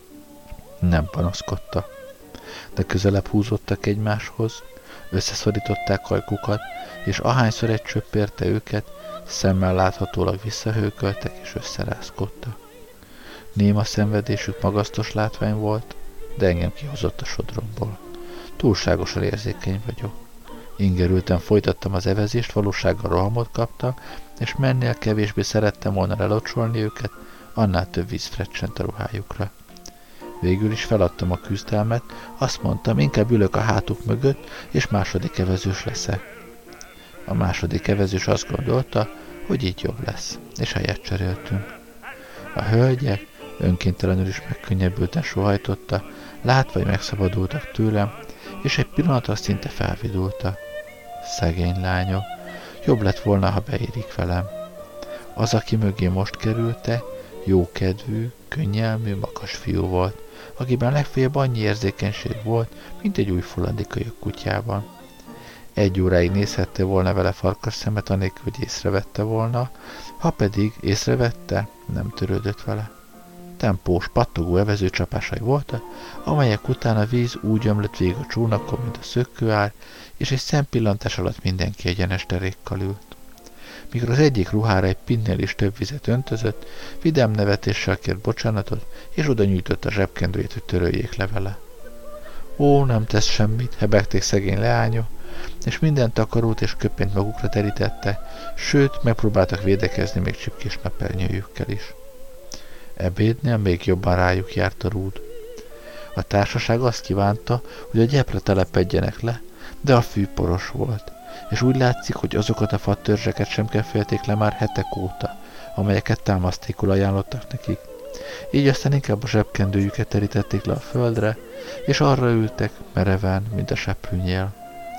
S1: Nem panaszkodta, de közelebb húzottak egymáshoz, összeszorították ajkukat, és ahányszor egy csöpp érte őket, szemmel láthatólag visszahőköltek és összerázkodtak. Néma szenvedésük magasztos látvány volt, de engem kihozott a sodromból. Túlságosan érzékeny vagyok. Ingerülten folytattam az evezést, valósággal rohamot kaptam, és mennél kevésbé szerettem volna lelocsolni őket, annál több víz frecsent a ruhájukra. Végül is feladtam a küzdelmet, azt mondtam, inkább ülök a hátuk mögött, és második evezős leszek. A második evezős azt gondolta, hogy így jobb lesz, és helyet cseréltünk. A hölgyek önkéntelenül is megkönnyebbülten sóhajtotta, látva, hogy megszabadultak tőlem, és egy pillanatra szinte felvidulta. Szegény lányok, jobb lett volna, ha beérik velem. Az, aki mögé most kerülte, jókedvű, könnyelmű, makas fiú volt, akiben legfeljebb annyi érzékenység volt, mint egy új fullandi kölyök kutyában. 1 óráig nézhette volna vele farkas szemet, anélkül, hogy észrevette volna, ha pedig észrevette, nem törődött vele. Tempós, pattogó evezőcsapásai voltak, amelyek után a víz úgy ömlött végig a csónakon, mint a szökkőár, és egy szempillantás alatt mindenki egyenes derékkal ült. Mikor az egyik ruhára egy pinnél is több vizet öntözött, vidám nevetéssel kért bocsánatot, és oda nyújtotta a zsebkendőjét, hogy töröljék le vele. Ó, nem tesz semmit, hebegték szegény leányok, és minden takarót és köpényt magukra terítette, sőt, megpróbáltak védekezni még csipkés napernyőjükkel is. Ebédnél még jobban rájuk járt a rúd. A társaság azt kívánta, hogy a gyepre telepedjenek le, de a fű poros volt, és úgy látszik, hogy azokat a fatörzseket sem kefélték le már hetek óta, amelyeket támasztékul ajánlottak nekik. Így aztán inkább a zsebkendőjüket terítették le a földre, és arra ültek, mereven, mint a seprűnyél.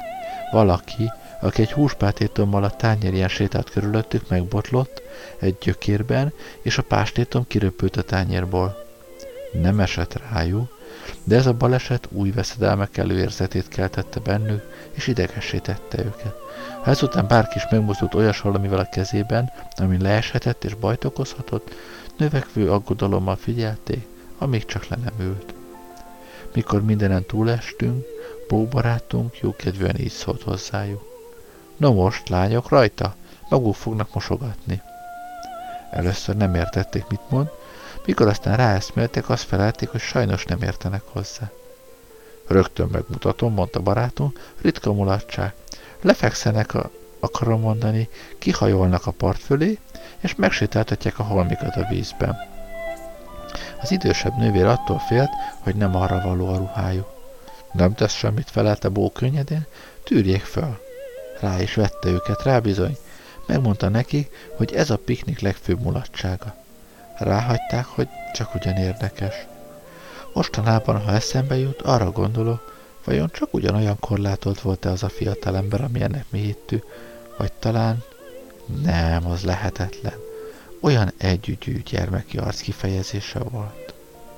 S1: Valaki, aki egy húspátétommal a tányérján sétált körülöttük, megbotlott egy gyökérben, és a pástétom kiröpült a tányérból. Nem esett rájuk, de ez a baleset új veszedelmek előérzetét keltette bennük, és idegessé tette őket. Ha ezután bárki is megmozdult olyas valamivel a kezében, ami leeshetett és bajt okozhatott, növekvő aggodalommal figyelték, amíg csak le nem ült. Mikor mindenen túlestünk, Bó barátunk jókedvűen így szólt hozzájuk. No most, lányok, rajta, maguk fognak mosogatni. Először nem értették, mit mond, mikor aztán ráeszméltek, azt felelték, hogy sajnos nem értenek hozzá. Rögtön megmutatom, mondta barátunk, ritka mulatság. Lefekszenek, akarom mondani, kihajolnak a part fölé, és megsétáltatják a holmikat a vízben. Az idősebb nővér attól félt, hogy nem arra való a ruhájuk. Nem tesz semmit, felelte Bó könnyedén, tűrjék föl. Rá is vette őket, rá bizony. Megmondta neki, hogy ez a piknik legfőbb mulatsága. Ráhagyták, hogy csak ugyan érdekes. Mostanában, ha eszembe jut, arra gondolok, vajon csak ugyanolyan korlátolt volt-e az a fiatalember, amilyennek mi hittük, vagy talán nem, az lehetetlen. Olyan együgyű gyermeki arc kifejezése volt.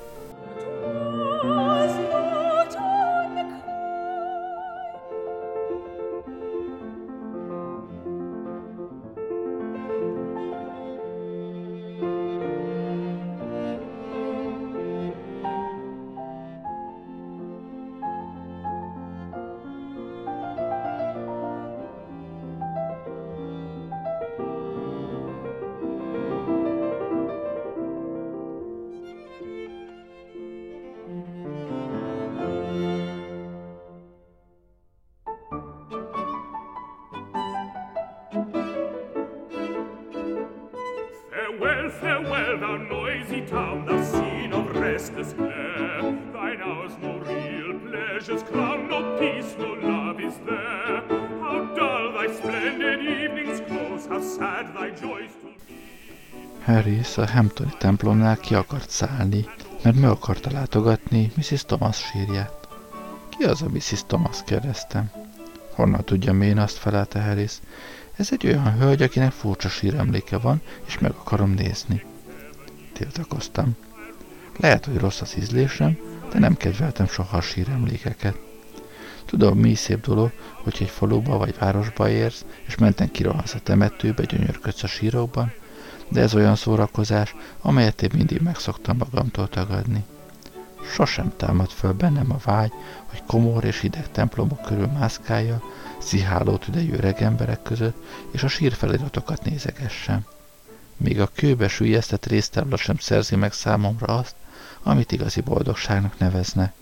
S2: Farewell, farewell, thou noisy town, thou scene of restless glare. Thine hours no real pleasures crown, no peace, no love is there. How dull thy splendid evenings close, how sad thy joys to be.
S1: Harris a Hamptoni templomnál ki akart szállni, mert meg akarta látogatni Mrs. Thomas sírját. Ki az a Mrs. Thomas? kérdeztem. Honnan tudjam én, azt felelte Harris. Ez egy olyan hölgy, akinek furcsa síremléke van, és meg akarom nézni. Tiltakoztam. Lehet, hogy rossz az ízlésem, de nem kedveltem soha a síremlékeket. Tudom, mi szép dolog, hogy egy faluba vagy városba érsz, és menten kirohansz a temetőbe, gyönyörködsz a sírokban, de ez olyan szórakozás, amelyet én mindig megszoktam magamtól tagadni. Sosem támad föl bennem a vágy, hogy komor és hideg templomok körül mászkálja, sziháló tüdejű öreg emberek között, és a sírfeliratokat nézegessem. Még a kőbe süllyesztett résztábla sem szerzi meg számomra azt, amit igazi boldogságnak nevezne.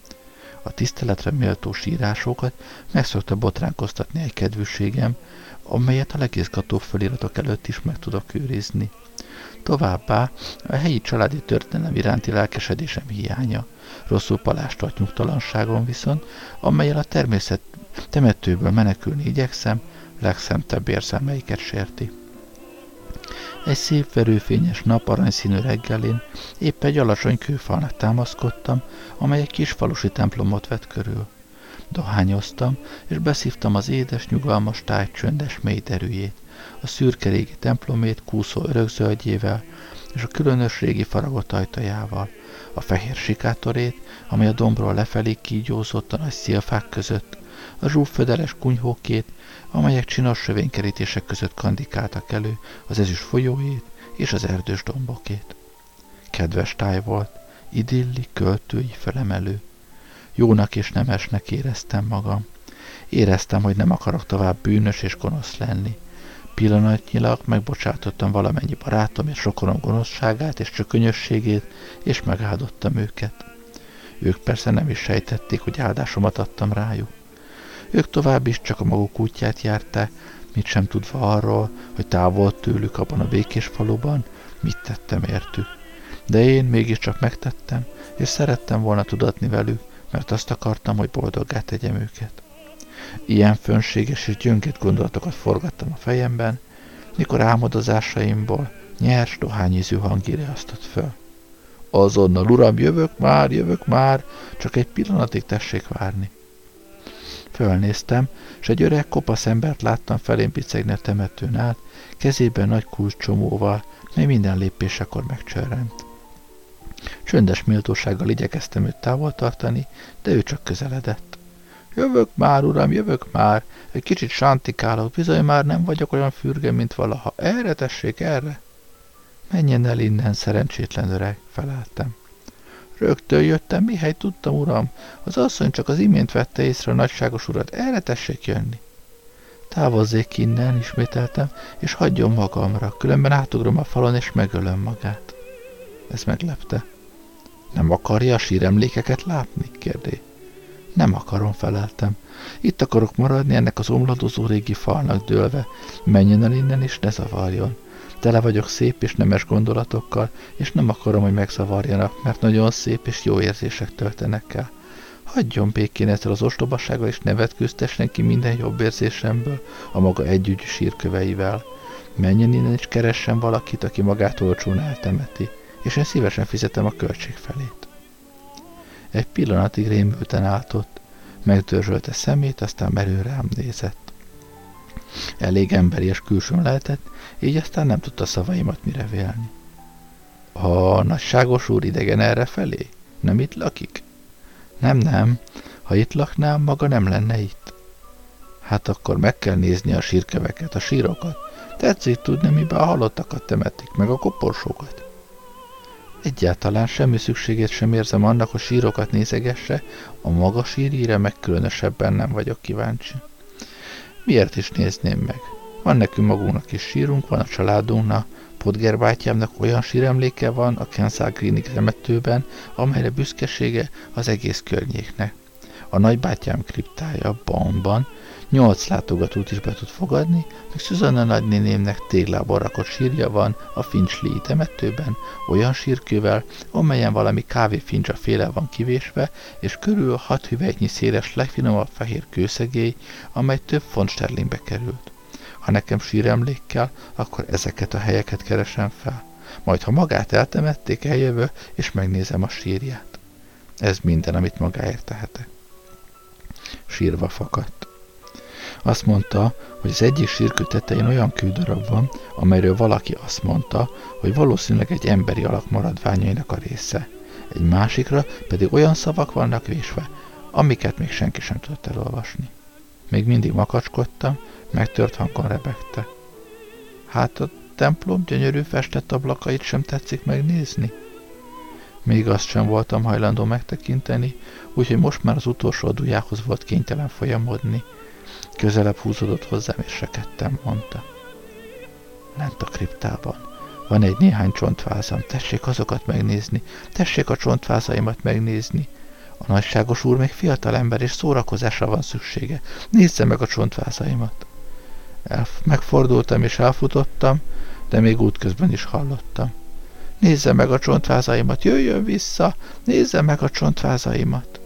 S1: A tiszteletre méltó sírásokat meg szokta botránkoztatni egy kedvűségem, amelyet a legizgatóbb feliratok előtt is meg tudok őrizni. Továbbá a helyi családi történelem iránti lelkesedésem hiánya, rosszul palástolt nyugtalanságom viszont, amellyel a természet temetőből menekülni igyekszem, legszentebb érzelmeiket sérti. Egy szép verőfényes nap aranyszínű reggelén épp egy alacsony kőfalnak támaszkodtam, amely egy kis falusi templomot vett körül. Dohányoztam, és beszívtam az édes, nyugalmas táj csöndes mély derűjét, a szürke régi templomét kúszó örökzöldjével, és a különös régi faragott ajtajával, a fehér sikátorét, amely a dombról lefelé kígyózott a nagy szilfák között, a zsúffödeles kunyhókét, amelyek csinos sövénykerítések között kandikáltak elő, az ezüst folyóét és az erdős dombokét. Kedves táj volt, idilli, költői, felemelő. Jónak és nemesnek éreztem magam. Éreztem, hogy nem akarok tovább bűnös és gonosz lenni. Pillanatnyilag megbocsátottam valamennyi barátom és rokonom gonoszságát és csökönyösségét, és megáldottam őket. Ők persze nem is sejtették, hogy áldásomat adtam rájuk. Ők tovább is csak a maguk útját járták, mit sem tudva arról, hogy távol tőlük abban a békés faluban, mit tettem értük. De én mégiscsak megtettem, és szerettem volna tudatni velük, mert azt akartam, hogy boldoggá tegyem őket. Ilyen fönséges és gyöngét gondolatokat forgattam a fejemben, mikor álmodozásaimból nyers, dohányízű hang iriasztott föl. Azonnal, uram, jövök már, csak egy pillanatig tessék várni. Fölnéztem, s egy öreg kopasz embert láttam felém picegni a temetőn át, kezében nagy kulcscsomóval, mely minden lépésekor megcsörrent. Csöndes méltósággal igyekeztem őt távol tartani, de ő csak közeledett. Jövök már, uram, jövök már, egy kicsit sántikálok, bizony már nem vagyok olyan fürge, mint valaha. Erre tessék, erre! Menjen el innen, szerencsétlen öreg, feleltem. Rögtön jöttem, mihelyt tudtam, uram, az asszony csak az imént vette észre a nagyságos urat, erre tessék jönni. Távozzék innen, ismételtem, és hagyjon magamra, különben átugrom a falon, és megölöm magát. Ez meglepte. Nem akarja a síremlékeket látni? Kérdé. Nem akarom, feleltem. Itt akarok maradni ennek az omladozó régi falnak dőlve. Menjen el innen, és ne zavarjon. Tele vagyok szép és nemes gondolatokkal, és nem akarom, hogy megzavarjanak, mert nagyon szép és jó érzések töltenek el. Hagyjon békén ezzel az ostobasággal, és ne vetkőztessen ki minden jobb érzésemből a maga együgyű sírköveivel. Menjen innen, és keressen valakit, aki magát olcsón eltemeti, és én szívesen fizetem a költség felét. Egy pillanatig rémülten állt ott, megdörzsölte szemét, aztán merőn rám nézett. Elég emberies külsőn lehetett, így aztán nem tudta szavaimat mire vélni. A nagyságos úr idegen errefelé? Nem itt lakik? Nem, ha itt laknám, maga nem lenne itt. Hát akkor meg kell nézni a sírköveket, a sírokat. Tetszik tudni, miben a halottakat temetik, meg a koporsókat. Egyáltalán semmi szükségét sem érzem annak, hogy sírokat nézegesse, a maga sírjére meg különösebben nem vagyok kíváncsi. Miért is nézném meg? Van nekünk magunknak is sírunk, van a családunknak, Podger bátyámnak olyan síremléke van a Kensal Greeni temetőben, amelyre büszkesége az egész környéknek. A nagybátyám kriptája Bonban 8 látogatót is be tud fogadni, meg Susanna nagynénémnek téglából rakott sírja van a Finchley temetőben, olyan sírkővel, amelyen valami kávéfincsa féle van kivésve, és körül 6 hüvelynyi széles, legfinomabb fehér kőszegély, amely több font sterlingbe került. Ha nekem síremlék kell, akkor ezeket a helyeket keresem fel. Majd, ha magát eltemették, eljövök, és megnézem a sírját. Ez minden, amit magáért tehetek. Sírva fakadt. Azt mondta, hogy az egyik sírkő tetején olyan kődarab van, amelyről valaki azt mondta, hogy valószínűleg egy emberi alak maradványainak a része. Egy másikra pedig olyan szavak vannak vésve, amiket még senki sem tudott elolvasni. Még mindig makacskodtam, megtört hangon rebegte. Hát a templom gyönyörű festett ablakait sem tetszik megnézni? Még azt sem voltam hajlandó megtekinteni, úgyhogy most már az utolsó adujához volt kénytelen folyamodni. Közelebb húzódott hozzám, és rekedten mondta. Lent a kriptában van egy néhány csontvázam, tessék azokat megnézni, tessék a csontvázaimat megnézni. A nagyságos úr még fiatal ember, és szórakozásra van szüksége. Nézze meg a csontvázaimat. Megfordultam és elfutottam, de még útközben is hallottam. Nézze meg a csontvázaimat, jöjjön vissza, nézze meg a csontvázaimat.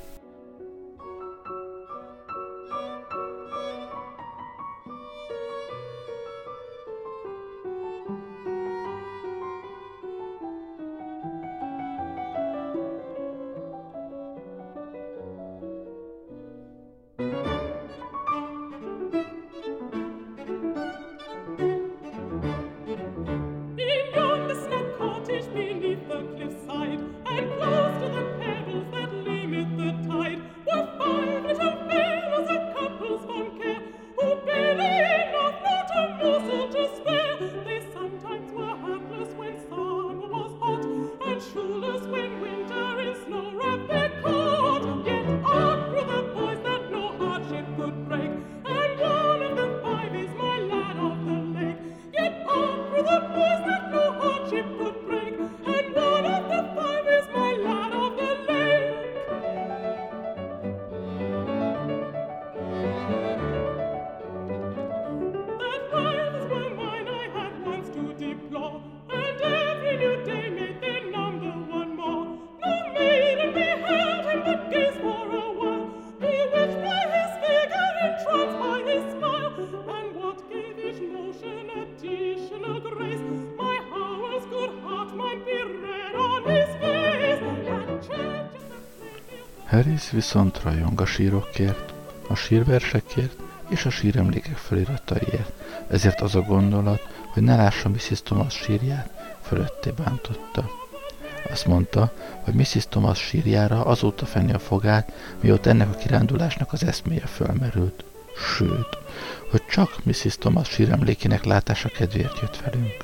S1: Harris viszont rajong a sírokért, a sírversekért és a síremlékek felirataiért, ezért az a gondolat, hogy ne lássa Mrs. Thomas sírját, fölötté bántotta. Azt mondta, hogy Mrs. Thomas sírjára azóta fenni a fogát, mióta ennek a kirándulásnak az eszméje fölmerült. Sőt, hogy csak Mrs. Thomas síremlékének látása kedvéért jött velünk.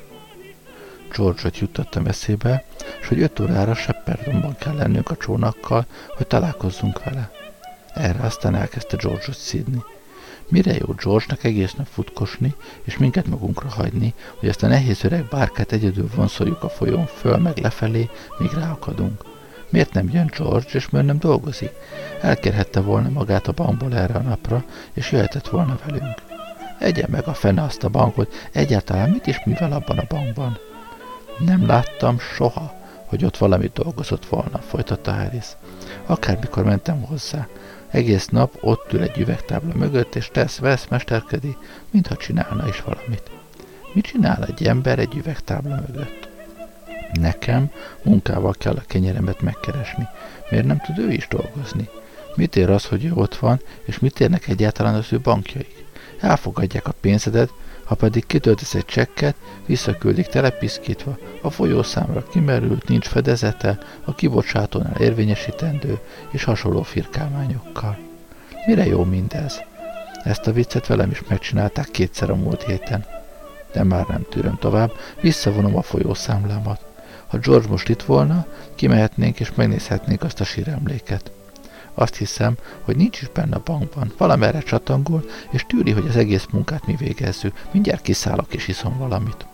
S1: George-ot juttattam eszébe, és hogy 5 órára Shepherdonban kell lennünk a csónakkal, hogy találkozzunk vele. Erre aztán elkezdte George-ot szídni. Mire jó George-nak egész nap futkosni, és minket magunkra hagyni, hogy ezt a nehéz öreg bárkát egyedül vonszoljuk a folyón föl meg lefelé, míg ráakadunk. Miért nem jön George, és miért nem dolgozik? Elkérhette volna magát a bankból erre a napra, és jöhetett volna velünk. Egye meg a fene azt a bankot, egyáltalán mit is művel abban a bankban? Nem láttam soha, hogy ott valamit dolgozott volna, folytatta Harris. Akármikor mentem hozzá. Egész nap ott ül egy üvegtábla mögött, és tesz-vesz, mesterkedik, mintha csinálna is valamit. Mit csinál egy ember egy üvegtábla mögött? Nekem munkával kell a kenyeremet megkeresni. Miért nem tud ő is dolgozni? Mit ér az, hogy ő ott van, és mit érnek egyáltalán az ő bankjaik? Elfogadják a pénzedet, ha pedig kitöltesz egy csekket, visszaküldik telepiszkítva, a folyószámra kimerült, nincs fedezete, a kibocsátónál érvényesítendő, és hasonló firkálmányokkal. Mire jó mindez? Ezt a viccet velem is megcsinálták 2-szer a múlt héten. De már nem tűröm tovább, visszavonom a folyószámlámat. Ha George most itt volna, kimehetnénk és megnézhetnénk azt a síremléket. Azt hiszem, hogy nincs is benne a bankban, valamerre csatangol, és tűri, hogy az egész munkát mi végezzük. Mindjárt kiszállok és iszom valamit.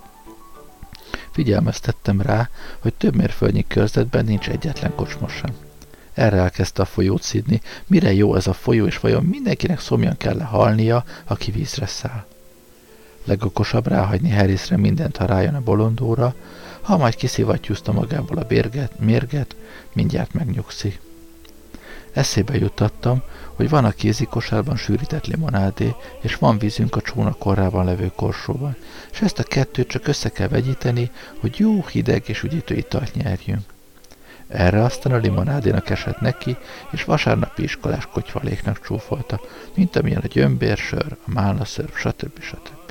S1: Figyelmeztettem rá, hogy több mérföldnyi körzetben nincs egyetlen kocsma sem. Erre elkezdte a folyót szidni, mire jó ez a folyó, és vajon mindenkinek szomjan kell halnia, aki vízre száll. Legokosabb ráhagyni Harrisre mindent, ha rájön a bolondóra, ha majd kiszivattyúzta magából a mérget, mindjárt megnyugszik. Eszébe juttattam, hogy van a kézikosárban sűrített limonádé, és van vízünk a csónak korrában levő korsóban, és ezt a kettőt csak össze kell vegyíteni, hogy jó hideg és üdítő italt nyerjünk. Erre aztán a limonádénak esett neki, és vasárnapi iskolás kotyvaléknak csúfolta, mint amilyen a gyömbérsör, a málnaször, stb.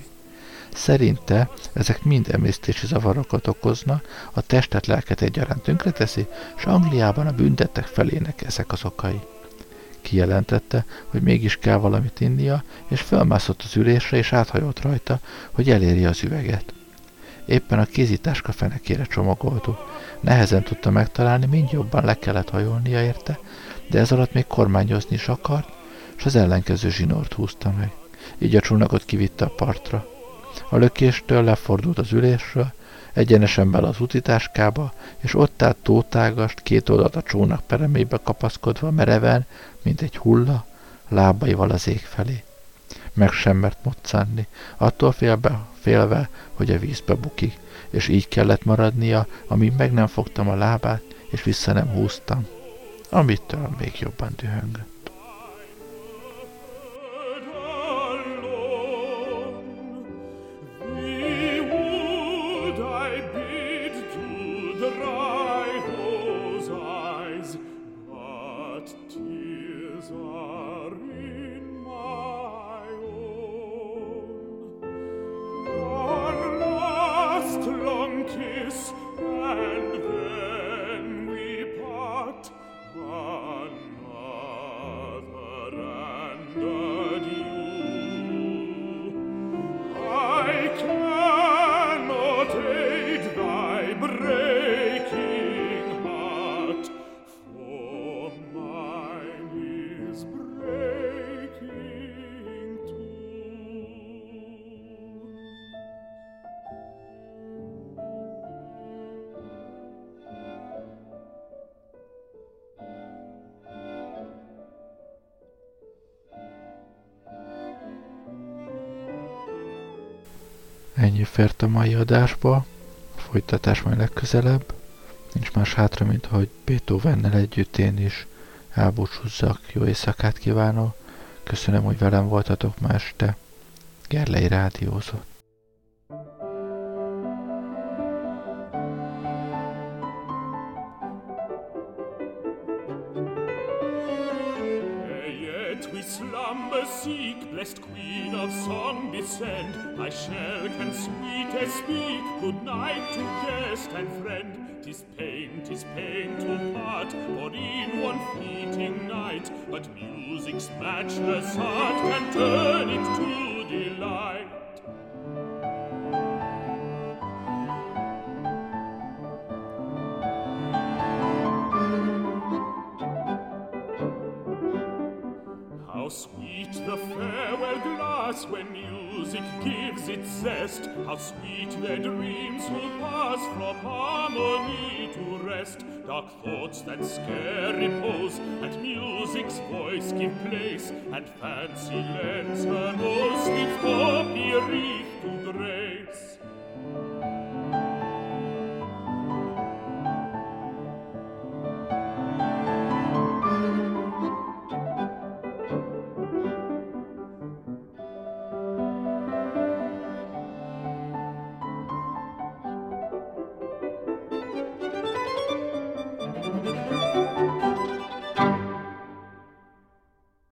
S1: Szerinte ezek mind emésztési zavarokat okozna, a testet, lelket egyaránt tönkreteszi, s Angliában a büntettek felének ezek az okai. Kijelentette, hogy mégis kell valamit innia, és felmászott az ülésre, és áthajolt rajta, hogy elérje az üveget. Éppen a kézitáska fenekére csomagoltuk. Nehezen tudta megtalálni, mind jobban le kellett hajolnia érte, de ez alatt még kormányozni is akart, s az ellenkező zsinort húzta meg. Így a csónakot kivitte a partra. A lökéstől lefordult az ülésről, egyenesen bele az utitáskába, és ott állt tótágast, 2 oldalt a csónak peremébe kapaszkodva mereven, mint egy hulla, lábaival az ég felé. Meg sem mert moccanni, attól félve, hogy a vízbe bukik, és így kellett maradnia, amíg meg nem fogtam a lábát, és vissza nem húztam, amitől még jobban dühöngött. Ennyi fért a mai adásba, folytatás majd legközelebb. Nincs más hátra, mint hogy Beethovennel együtt én is elbúcsúzzak, jó éjszakát kívánok. Köszönöm, hogy velem voltatok ma este. Gerlei rádiózott.
S2: Blessed Queen of Song, descend. Thy shell can sweetest speak. Good night to guest and friend. 'Tis pain to part, for in one fleeting night. But music's matchless art can turn it to delight. Sweet the farewell glass when music gives its zest. How sweet their dreams will pass from harmony to rest. Dark thoughts that scare repose, at music's voice give place, and fancy lends her rose-leaf poppy wreath to grace.